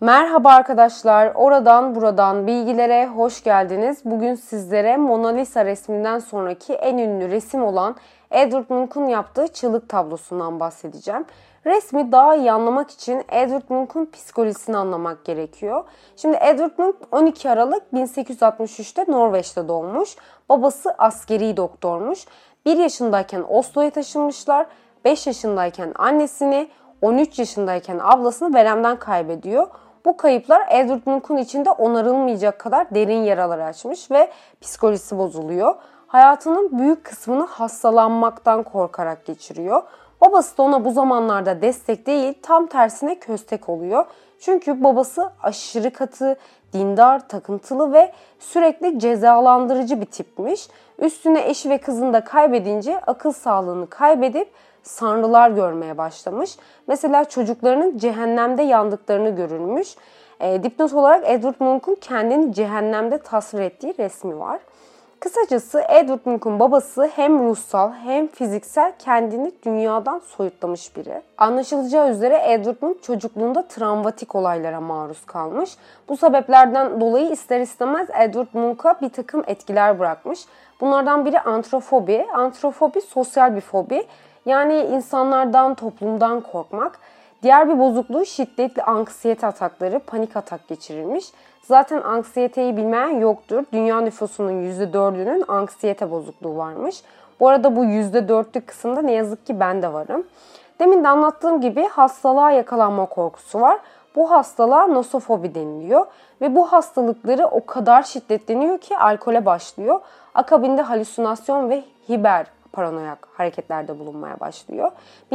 Merhaba arkadaşlar, oradan buradan bilgilere hoş geldiniz. Bugün sizlere Mona Lisa resminden sonraki en ünlü resim olan Edvard Munch'un yaptığı çığlık tablosundan bahsedeceğim. Resmi daha iyi anlamak için Edvard Munch'un psikolojisini anlamak gerekiyor. Şimdi Edvard Munch 12 Aralık 1863'te Norveç'te doğmuş. Babası askeri doktormuş. 1 yaşındayken Oslo'ya taşınmışlar. 5 yaşındayken annesini, 13 yaşındayken ablasını veremden kaybediyor. Bu kayıplar Edvard Munch'un içinde onarılmayacak kadar derin yaralar açmış ve psikolojisi bozuluyor. Hayatının büyük kısmını hastalanmaktan korkarak geçiriyor. Babası da ona bu zamanlarda destek değil, tam tersine köstek oluyor. Çünkü babası aşırı katı, dindar, takıntılı ve sürekli cezalandırıcı bir tipmiş. Üstüne eşi ve kızını da kaybedince akıl sağlığını kaybedip sanrılar görmeye başlamış. Mesela çocuklarının cehennemde yandıklarını görülmüş. Dipnot olarak Edvard Munch'un kendini cehennemde tasvir ettiği resmi var. Kısacası Edvard Munch'un babası hem ruhsal hem fiziksel kendini dünyadan soyutlamış biri. Anlaşılacağı üzere Edvard Munch çocukluğunda travmatik olaylara maruz kalmış. Bu sebeplerden dolayı ister istemez Edvard Munch'a bir takım etkiler bırakmış. Bunlardan biri antrofobi. Antrofobi sosyal bir fobi. Yani insanlardan, toplumdan korkmak. Diğer bir bozukluğu şiddetli anksiyete atakları, panik atak geçirilmiş. Zaten anksiyeteyi bilmeyen yoktur. Dünya nüfusunun %4'ünün anksiyete bozukluğu varmış. Bu arada bu %4'lük kısımda ne yazık ki ben de varım. Demin de anlattığım gibi hastalığa yakalanma korkusu var. Bu hastalığa nosofobi deniliyor. Ve bu hastalıkları o kadar şiddetleniyor ki alkole başlıyor. Akabinde halüsinasyon ve hiper paranoyak hareketlerde bulunmaya başlıyor.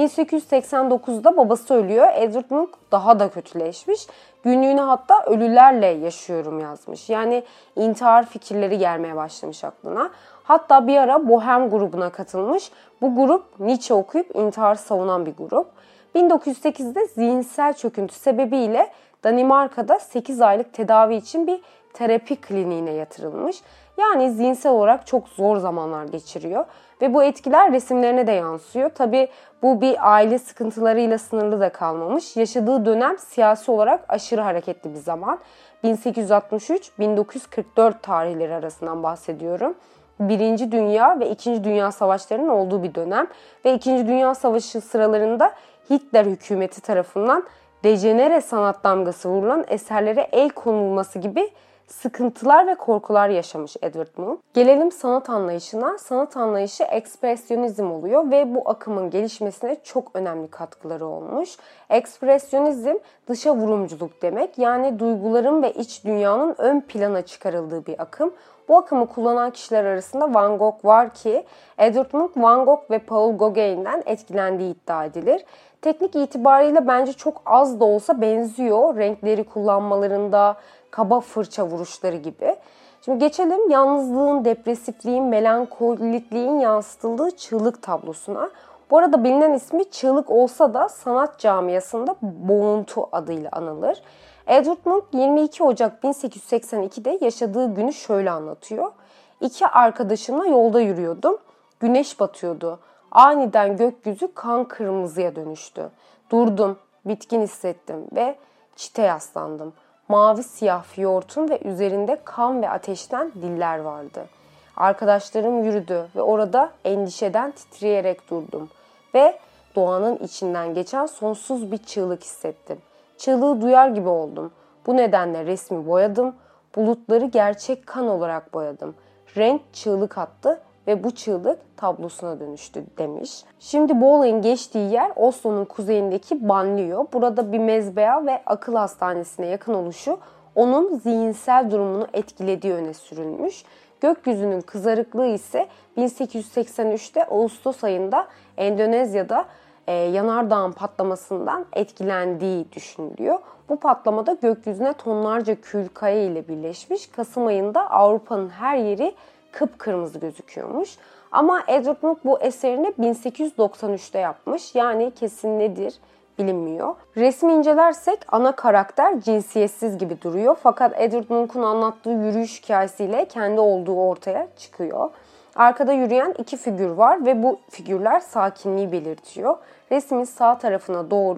1889'da babası ölüyor. Edvard Munch daha da kötüleşmiş. Günlüğüne hatta ölülerle yaşıyorum yazmış. Yani intihar fikirleri gelmeye başlamış aklına. Hatta bir ara Bohem grubuna katılmış. Bu grup Nietzsche okuyup intihar savunan bir grup. 1908'de zihinsel çöküntü sebebiyle Danimarka'da 8 aylık tedavi için bir terapi kliniğine yatırılmış. Yani zihinsel olarak çok zor zamanlar geçiriyor. Ve bu etkiler resimlerine de yansıyor. Tabii bu bir aile sıkıntılarıyla sınırlı da kalmamış. Yaşadığı dönem siyasi olarak aşırı hareketli bir zaman. 1863-1944 tarihleri arasından bahsediyorum. Birinci Dünya ve İkinci Dünya Savaşları'nın olduğu bir dönem. Ve İkinci Dünya Savaşı sıralarında Hitler hükümeti tarafından dejenere sanat damgası vurulan eserlere el konulması gibi sıkıntılar ve korkular yaşamış Edvard Munch. Gelelim sanat anlayışına. Sanat anlayışı ekspresyonizm oluyor ve bu akımın gelişmesine çok önemli katkıları olmuş. Ekspresyonizm dışa vurumculuk demek. Yani duyguların ve iç dünyanın ön plana çıkarıldığı bir akım. Bu akımı kullanan kişiler arasında Van Gogh var ki Edvard Munch Van Gogh ve Paul Gauguin'den etkilendiği iddia edilir. Teknik itibariyle bence çok az da olsa benziyor. Renkleri kullanmalarında, kaba fırça vuruşları gibi. Şimdi geçelim yalnızlığın, depresifliğin, melankolikliğin yansıtıldığı çığlık tablosuna. Bu arada bilinen ismi çığlık olsa da sanat camiasında boğuntu adıyla anılır. Edvard Munch 22 Ocak 1882'de yaşadığı günü şöyle anlatıyor. İki arkadaşımla yolda yürüyordum. Güneş batıyordu. Aniden gökyüzü kan kırmızıya dönüştü. Durdum, bitkin hissettim ve çite yaslandım. Mavi siyah fiyortun ve üzerinde kan ve ateşten diller vardı. Arkadaşlarım yürüdü ve orada endişeden titreyerek durdum. Ve doğanın içinden geçen sonsuz bir çığlık hissettim. Çığlığı duyar gibi oldum. Bu nedenle resmi boyadım. Bulutları gerçek kan olarak boyadım. Renk çığlık attı ve bu çığlık tablosuna dönüştü demiş. Şimdi bu olayın geçtiği yer Oslo'nun kuzeyindeki Banliyö. Burada bir mezbea ve akıl hastanesine yakın oluşu onun zihinsel durumunu etkilediği öne sürülmüş. Gökyüzünün kızarıklığı ise 1883'te Ağustos ayında Endonezya'da yanardağın patlamasından etkilendiği düşünülüyor. Bu patlamada gökyüzüne tonlarca kül kaya ile birleşmiş. Kasım ayında Avrupa'nın her yeri kıpkırmızı gözüküyormuş. Ama Edvard Munch bu eserini 1893'te yapmış. Yani kesin nedir bilinmiyor. Resmi incelersek ana karakter cinsiyetsiz gibi duruyor. Fakat Edvard Munch'un anlattığı yürüyüş hikayesiyle kendi olduğu ortaya çıkıyor. Arkada yürüyen iki figür var ve bu figürler sakinliği belirtiyor. Resmin sağ tarafına doğru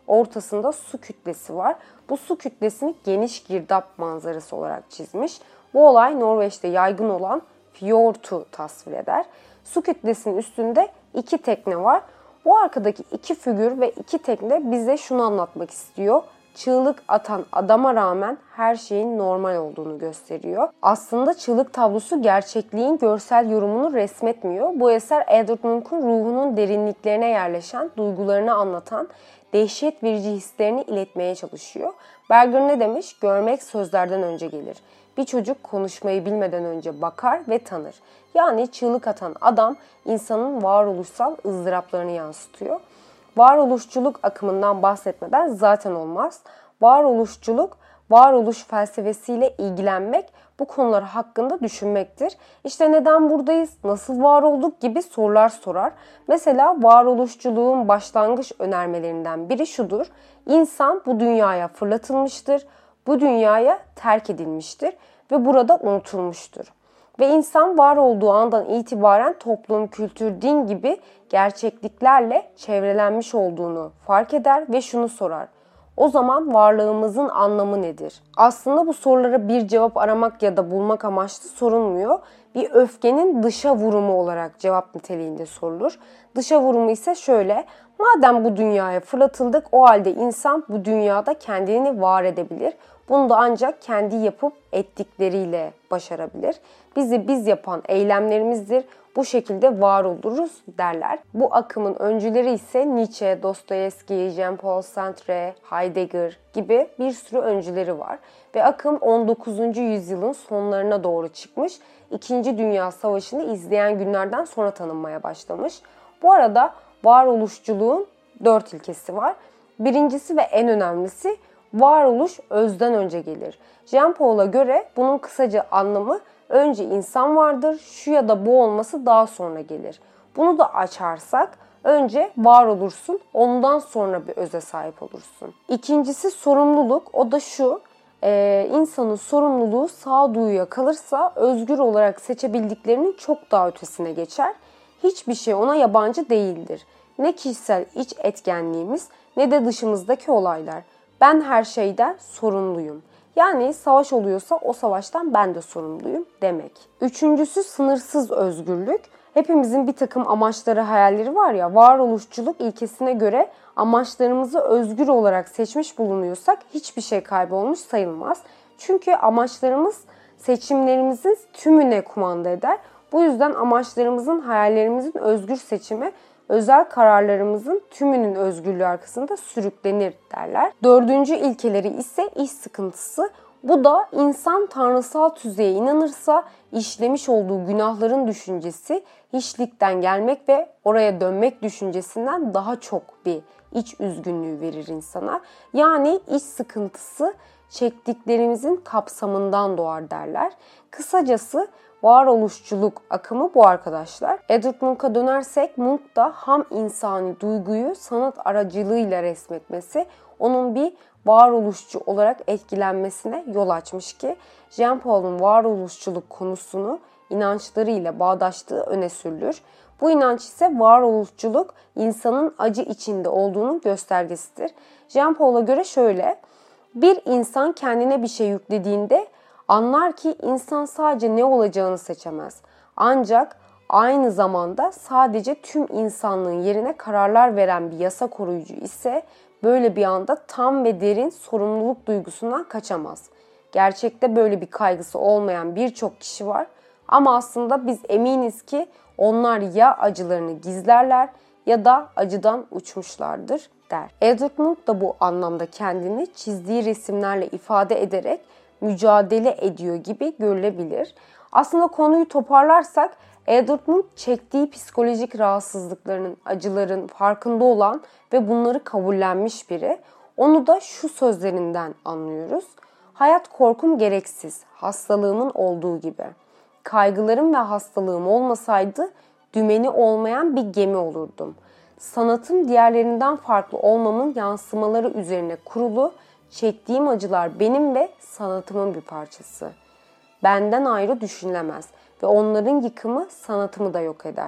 ortasında su kütlesi var. Bu su kütlesini geniş girdap manzarası olarak çizmiş. Bu olay Norveç'te yaygın olan fiyortu tasvir eder. Su kütlesinin üstünde 2 tekne var. Bu arkadaki 2 figür ve 2 tekne bize şunu anlatmak istiyor. Çığlık atan adama rağmen her şeyin normal olduğunu gösteriyor. Aslında çığlık tablosu gerçekliğin görsel yorumunu resmetmiyor. Bu eser Edvard Munch'un ruhunun derinliklerine yerleşen, duygularını anlatan, dehşet verici hislerini iletmeye çalışıyor. Berger ne demiş? Görmek sözlerden önce gelir. Bir çocuk konuşmayı bilmeden önce bakar ve tanır. Yani çığlık atan adam insanın varoluşsal ızdıraplarını yansıtıyor. Varoluşçuluk akımından bahsetmeden zaten olmaz. Varoluşçuluk, varoluş felsefesiyle ilgilenmek, bu konular hakkında düşünmektir. İşte neden buradayız, nasıl var olduk gibi sorular sorar. Mesela varoluşçuluğun başlangıç önermelerinden biri şudur. İnsan bu dünyaya fırlatılmıştır, bu dünyaya terk edilmiştir ve burada unutulmuştur. Ve insan var olduğu andan itibaren toplum, kültür, din gibi gerçekliklerle çevrelenmiş olduğunu fark eder ve şunu sorar. O zaman varlığımızın anlamı nedir? Aslında bu sorulara bir cevap aramak ya da bulmak amaçlı sorulmuyor. Bir öfkenin dışa vurumu olarak cevap niteliğinde sorulur. Dışa vurumu ise şöyle. Madem bu dünyaya fırlatıldık, o halde insan bu dünyada kendini var edebilir. Bunu da ancak kendi yapıp ettikleriyle başarabilir. Bizi biz yapan eylemlerimizdir. Bu şekilde var oluruz derler. Bu akımın öncüleri ise Nietzsche, Dostoyevski, Jean-Paul Sartre, Heidegger gibi bir sürü öncüleri var. Ve akım 19. yüzyılın sonlarına doğru çıkmış. İkinci Dünya Savaşı'nı izleyen günlerden sonra tanınmaya başlamış. Bu arada varoluşçuluğun 4 ilkesi var. Birincisi ve en önemlisi varoluş özden önce gelir. Jean-Paul'a göre bunun kısaca anlamı önce insan vardır, şu ya da bu olması daha sonra gelir. Bunu da açarsak önce var olursun, ondan sonra bir öze sahip olursun. İkincisi sorumluluk, o da şu. İnsanın sorumluluğu sağduyuya kalırsa özgür olarak seçebildiklerinin çok daha ötesine geçer. Hiçbir şey ona yabancı değildir. Ne kişisel iç etkenliğimiz ne de dışımızdaki olaylar. Ben her şeyden sorumluyum. Yani savaş oluyorsa o savaştan ben de sorumluyum demek. Üçüncüsü sınırsız özgürlük. Hepimizin bir takım amaçları, hayalleri var ya, varoluşçuluk ilkesine göre amaçlarımızı özgür olarak seçmiş bulunuyorsak hiçbir şey kaybolmuş sayılmaz. Çünkü amaçlarımız seçimlerimizin tümüne kumanda eder. Bu yüzden amaçlarımızın, hayallerimizin özgür seçimi özel kararlarımızın tümünün özgürlüğü arkasında sürüklenir derler. Dördüncü ilkeleri ise iş sıkıntısı. Bu da insan tanrısal tüzeye inanırsa işlemiş olduğu günahların düşüncesi hiçlikten gelmek ve oraya dönmek düşüncesinden daha çok bir iç üzgünlüğü verir insana. Yani iş sıkıntısı çektiklerimizin kapsamından doğar derler. Kısacası varoluşçuluk akımı bu arkadaşlar. Edvard Munch'a dönersek, Munch da ham insani duyguyu sanat aracılığıyla resmetmesi onun bir varoluşçu olarak etkilenmesine yol açmış ki Jean-Paul'un varoluşçuluk konusunu inançlarıyla bağdaştığı öne sürülür. Bu inanç ise varoluşçuluk insanın acı içinde olduğunun göstergesidir. Jean-Paul'a göre şöyle, bir insan kendine bir şey yüklediğinde anlar ki insan sadece ne olacağını seçemez. Ancak aynı zamanda sadece tüm insanlığın yerine kararlar veren bir yasa koruyucu ise böyle bir anda tam ve derin sorumluluk duygusundan kaçamaz. Gerçekte böyle bir kaygısı olmayan birçok kişi var ama aslında biz eminiz ki onlar ya acılarını gizlerler ya da acıdan uçmuşlardır der. Edvard Munch da bu anlamda kendini çizdiği resimlerle ifade ederek mücadele ediyor gibi görülebilir. Aslında konuyu toparlarsak Edvard Munch çektiği psikolojik rahatsızlıklarının, acıların farkında olan ve bunları kabullenmiş biri. Onu da şu sözlerinden anlıyoruz. Hayat korkum gereksiz, hastalığımın olduğu gibi. Kaygılarım ve hastalığım olmasaydı dümeni olmayan bir gemi olurdum. Sanatım diğerlerinden farklı olmamın yansımaları üzerine kurulu, çektiğim acılar benim ve sanatımın bir parçası. Benden ayrı düşünülemez ve onların yıkımı sanatımı da yok eder.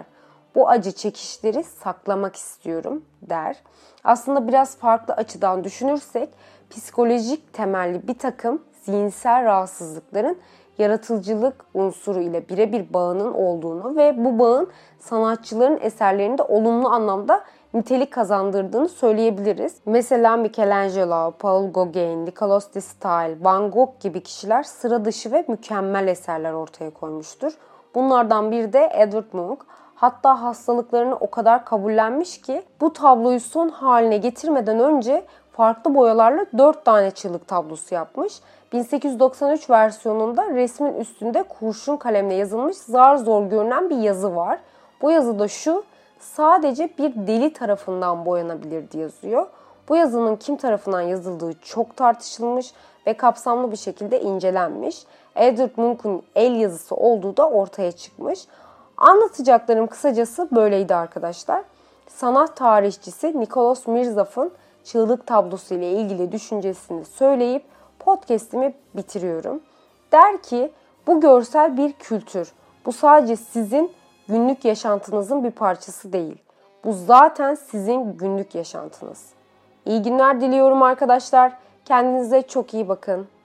Bu acı çekişleri saklamak istiyorum der. Aslında biraz farklı açıdan düşünürsek psikolojik temelli bir takım zihinsel rahatsızlıkların yaratıcılık unsuru ile birebir bağının olduğunu ve bu bağın sanatçıların eserlerinde olumlu anlamda nitelik kazandırdığını söyleyebiliriz. Mesela Michelangelo, Paul Gauguin, Nicolas de Staël, Van Gogh gibi kişiler sıra dışı ve mükemmel eserler ortaya koymuştur. Bunlardan biri de Edvard Munch. Hatta hastalıklarını o kadar kabullenmiş ki bu tabloyu son haline getirmeden önce farklı boyalarla 4 tane çığlık tablosu yapmış. 1893 versiyonunda resmin üstünde kurşun kalemle yazılmış zar zor görünen bir yazı var. Bu yazıda şu: sadece bir deli tarafından boyanabilirdi yazıyor. Bu yazının kim tarafından yazıldığı çok tartışılmış ve kapsamlı bir şekilde incelenmiş. Edvard Munch'un el yazısı olduğu da ortaya çıkmış. Anlatacaklarım kısacası böyleydi arkadaşlar. Sanat tarihçisi Nicholas Mirzaf'ın çığlık tablosu ile ilgili düşüncesini söyleyip podcast'imi bitiriyorum. Der ki bu görsel bir kültür. Bu sadece sizin günlük yaşantınızın bir parçası değil. Bu zaten sizin günlük yaşantınız. İyi günler diliyorum arkadaşlar. Kendinize çok iyi bakın.